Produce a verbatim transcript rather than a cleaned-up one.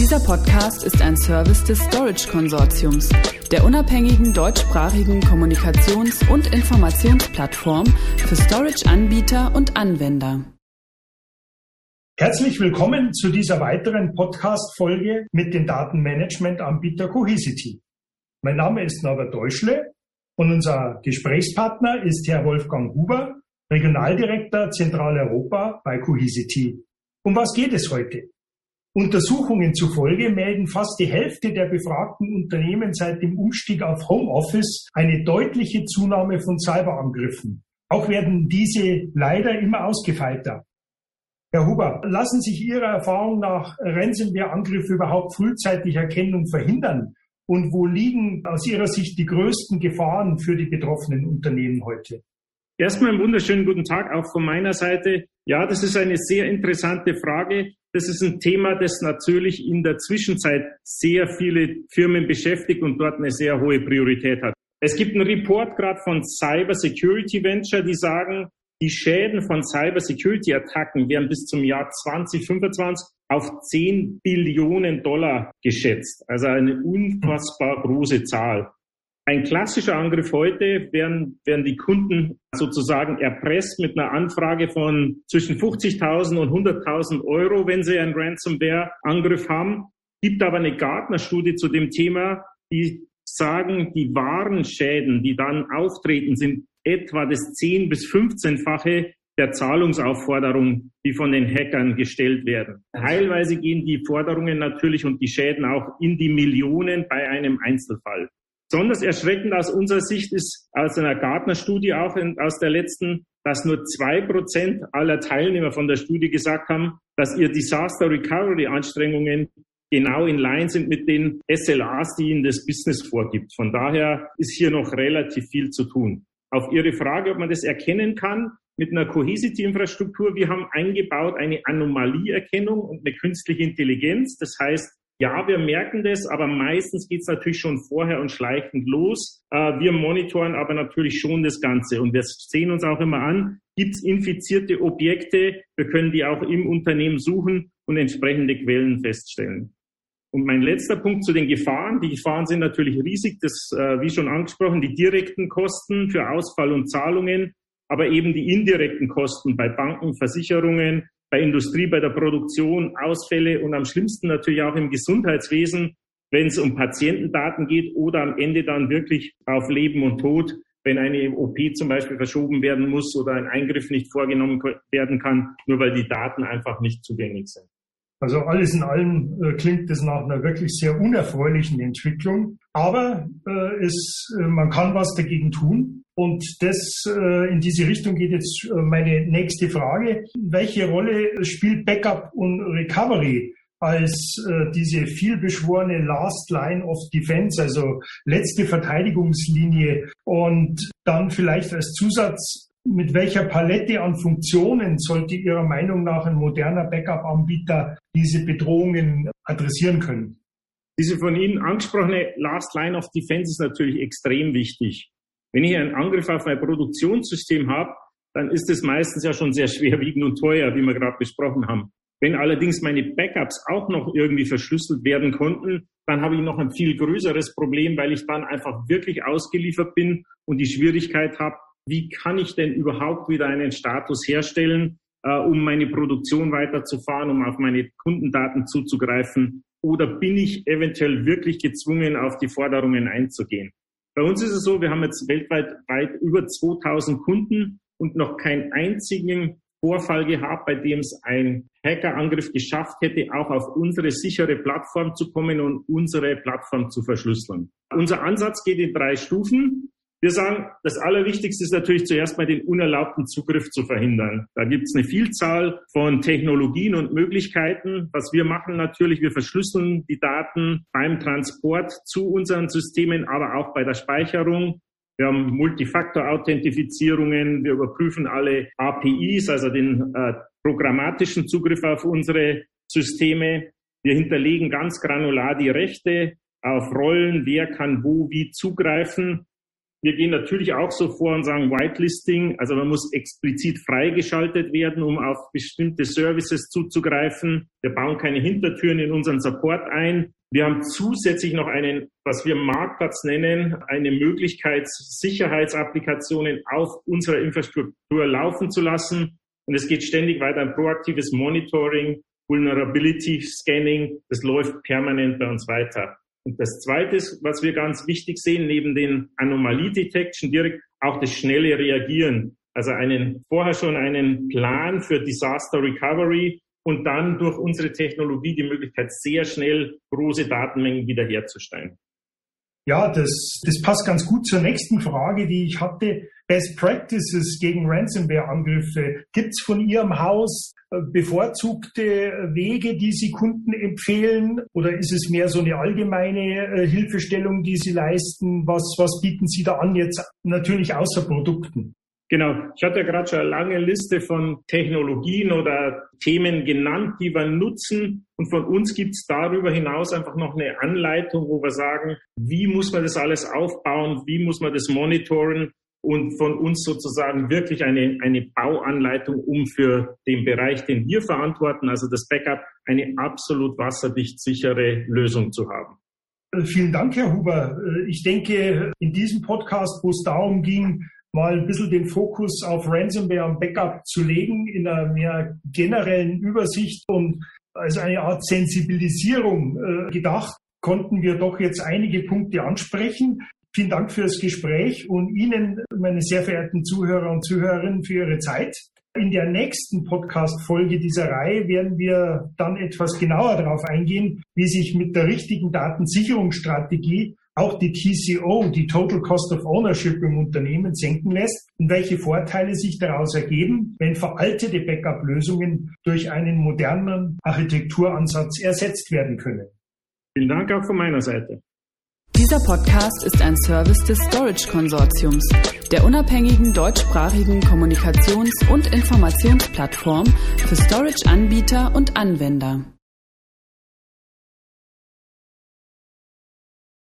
Dieser Podcast ist ein Service des Storage Konsortiums, der unabhängigen deutschsprachigen Kommunikations- und Informationsplattform für Storage-Anbieter und Anwender. Herzlich willkommen zu dieser weiteren Podcast-Folge mit dem Datenmanagement-Anbieter Cohesity. Mein Name ist Norbert Deutschle und unser Gesprächspartner ist Herr Wolfgang Huber, Regionaldirektor Zentraleuropa bei Cohesity. Um was geht es heute? Untersuchungen zufolge melden fast die Hälfte der befragten Unternehmen seit dem Umstieg auf Homeoffice eine deutliche Zunahme von Cyberangriffen. Auch werden diese leider immer ausgefeilter. Herr Huber, lassen sich Ihrer Erfahrung nach Ransomware-Angriffe überhaupt frühzeitig erkennen und verhindern? Und wo liegen aus Ihrer Sicht die größten Gefahren für die betroffenen Unternehmen heute? Erstmal einen wunderschönen guten Tag auch von meiner Seite. Ja, das ist eine sehr interessante Frage. Das ist ein Thema, das natürlich in der Zwischenzeit sehr viele Firmen beschäftigt und dort eine sehr hohe Priorität hat. Es gibt einen Report gerade von Cyber Security Venture, die sagen, die Schäden von Cyber Security Attacken werden bis zum Jahr zwanzig fünfundzwanzig auf zehn Billionen Dollar geschätzt. Also eine unfassbar große Zahl. Ein klassischer Angriff heute werden, werden die Kunden sozusagen erpresst mit einer Anfrage von zwischen fünfzigtausend und hunderttausend Euro, wenn sie einen Ransomware-Angriff haben. Gibt aber eine Gartner-Studie zu dem Thema, die sagen, die wahren Schäden, die dann auftreten, sind etwa das zehn- bis fünfzehnfache der Zahlungsaufforderung, die von den Hackern gestellt werden. Teilweise gehen die Forderungen natürlich und die Schäden auch in die Millionen bei einem Einzelfall. Besonders erschreckend aus unserer Sicht ist aus einer Gartner-Studie auch in, aus der letzten, dass nur zwei Prozent aller Teilnehmer von der Studie gesagt haben, dass ihr Disaster Recovery Anstrengungen genau in line sind mit den S L As, die ihnen das Business vorgibt. Von daher ist hier noch relativ viel zu tun. Auf Ihre Frage, ob man das erkennen kann, mit einer Cohesity-Infrastruktur, wir haben eingebaut eine Anomalieerkennung und eine künstliche Intelligenz. Das heißt, ja, wir merken das, aber meistens geht es natürlich schon vorher und schleichend los. Wir monitoren aber natürlich schon das Ganze und wir sehen uns auch immer an, gibt es infizierte Objekte, wir können die auch im Unternehmen suchen und entsprechende Quellen feststellen. Und mein letzter Punkt zu den Gefahren. Die Gefahren sind natürlich riesig, das, wie schon angesprochen, die direkten Kosten für Ausfall und Zahlungen, aber eben die indirekten Kosten bei Banken, Versicherungen, bei Industrie, bei der Produktion, Ausfälle und am schlimmsten natürlich auch im Gesundheitswesen, wenn es um Patientendaten geht oder am Ende dann wirklich auf Leben und Tod, wenn eine O P zum Beispiel verschoben werden muss oder ein Eingriff nicht vorgenommen werden kann, nur weil die Daten einfach nicht zugänglich sind. Also alles in allem äh, klingt es nach einer wirklich sehr unerfreulichen Entwicklung. Aber äh, es, äh, man kann was dagegen tun. Und das äh, in diese Richtung geht jetzt äh, meine nächste Frage. Welche Rolle spielt Backup und Recovery als äh, diese vielbeschworene Last Line of Defense, also letzte Verteidigungslinie? Und dann vielleicht als Zusatz, mit welcher Palette an Funktionen sollte Ihrer Meinung nach ein moderner Backup-Anbieter diese Bedrohungen adressieren können? Diese von Ihnen angesprochene Last Line of Defense ist natürlich extrem wichtig. Wenn ich einen Angriff auf mein Produktionssystem habe, dann ist es meistens ja schon sehr schwerwiegend und teuer, wie wir gerade besprochen haben. Wenn allerdings meine Backups auch noch irgendwie verschlüsselt werden konnten, dann habe ich noch ein viel größeres Problem, weil ich dann einfach wirklich ausgeliefert bin und die Schwierigkeit habe, wie kann ich denn überhaupt wieder einen Status herstellen, äh, um meine Produktion weiterzufahren, um auf meine Kundendaten zuzugreifen? Oder bin ich eventuell wirklich gezwungen, auf die Forderungen einzugehen? Bei uns ist es so, wir haben jetzt weltweit weit über zweitausend Kunden und noch keinen einzigen Vorfall gehabt, bei dem es ein Hackerangriff geschafft hätte, auch auf unsere sichere Plattform zu kommen und unsere Plattform zu verschlüsseln. Unser Ansatz geht in drei Stufen. Wir sagen, das Allerwichtigste ist natürlich zuerst mal den unerlaubten Zugriff zu verhindern. Da gibt es eine Vielzahl von Technologien und Möglichkeiten. Was wir machen natürlich, wir verschlüsseln die Daten beim Transport zu unseren Systemen, aber auch bei der Speicherung. Wir haben Multifaktor-Authentifizierungen, wir überprüfen alle A P Is, also den äh, programmatischen Zugriff auf unsere Systeme. Wir hinterlegen ganz granular die Rechte auf Rollen, wer kann wo wie zugreifen. Wir gehen natürlich auch so vor und sagen Whitelisting, also man muss explizit freigeschaltet werden, um auf bestimmte Services zuzugreifen. Wir bauen keine Hintertüren in unseren Support ein. Wir haben zusätzlich noch einen, was wir Marktplatz nennen, eine Möglichkeit, Sicherheitsapplikationen auf unserer Infrastruktur laufen zu lassen. Und es geht ständig weiter ein proaktives Monitoring, Vulnerability Scanning, das läuft permanent bei uns weiter. Und das Zweite, was wir ganz wichtig sehen, neben den Anomalie Detection direkt auch das schnelle Reagieren. Also einen, vorher schon einen Plan für Disaster Recovery und dann durch unsere Technologie die Möglichkeit, sehr schnell große Datenmengen wiederherzustellen. Ja, das, das passt ganz gut zur nächsten Frage, die ich hatte. Best Practices gegen Ransomware-Angriffe. Gibt es von Ihrem Haus bevorzugte Wege, die Sie Kunden empfehlen? Oder ist es mehr so eine allgemeine äh, Hilfestellung, die Sie leisten? Was, was bieten Sie da an jetzt natürlich außer Produkten? Genau. Ich hatte ja gerade schon eine lange Liste von Technologien oder Themen genannt, die wir nutzen. Und von uns gibt es darüber hinaus einfach noch eine Anleitung, wo wir sagen, wie muss man das alles aufbauen? Wie muss man das monitoren? Und von uns sozusagen wirklich eine, eine Bauanleitung, um für den Bereich, den wir verantworten, also das Backup, eine absolut wasserdicht sichere Lösung zu haben. Vielen Dank, Herr Huber. Ich denke, in diesem Podcast, wo es darum ging, mal ein bisschen den Fokus auf Ransomware und Backup zu legen, in einer mehr generellen Übersicht und als eine Art Sensibilisierung äh, gedacht, konnten wir doch jetzt einige Punkte ansprechen. Vielen Dank für das Gespräch und Ihnen, meine sehr verehrten Zuhörer und Zuhörerinnen, für Ihre Zeit. In der nächsten Podcast-Folge dieser Reihe werden wir dann etwas genauer darauf eingehen, wie sich mit der richtigen Datensicherungsstrategie auch die T C O, die Total Cost of Ownership im Unternehmen, senken lässt und welche Vorteile sich daraus ergeben, wenn veraltete Backup-Lösungen durch einen modernen Architekturansatz ersetzt werden können. Vielen Dank auch von meiner Seite. Dieser Podcast ist ein Service des Storage Konsortiums, der unabhängigen deutschsprachigen Kommunikations- und Informationsplattform für Storage-Anbieter und Anwender.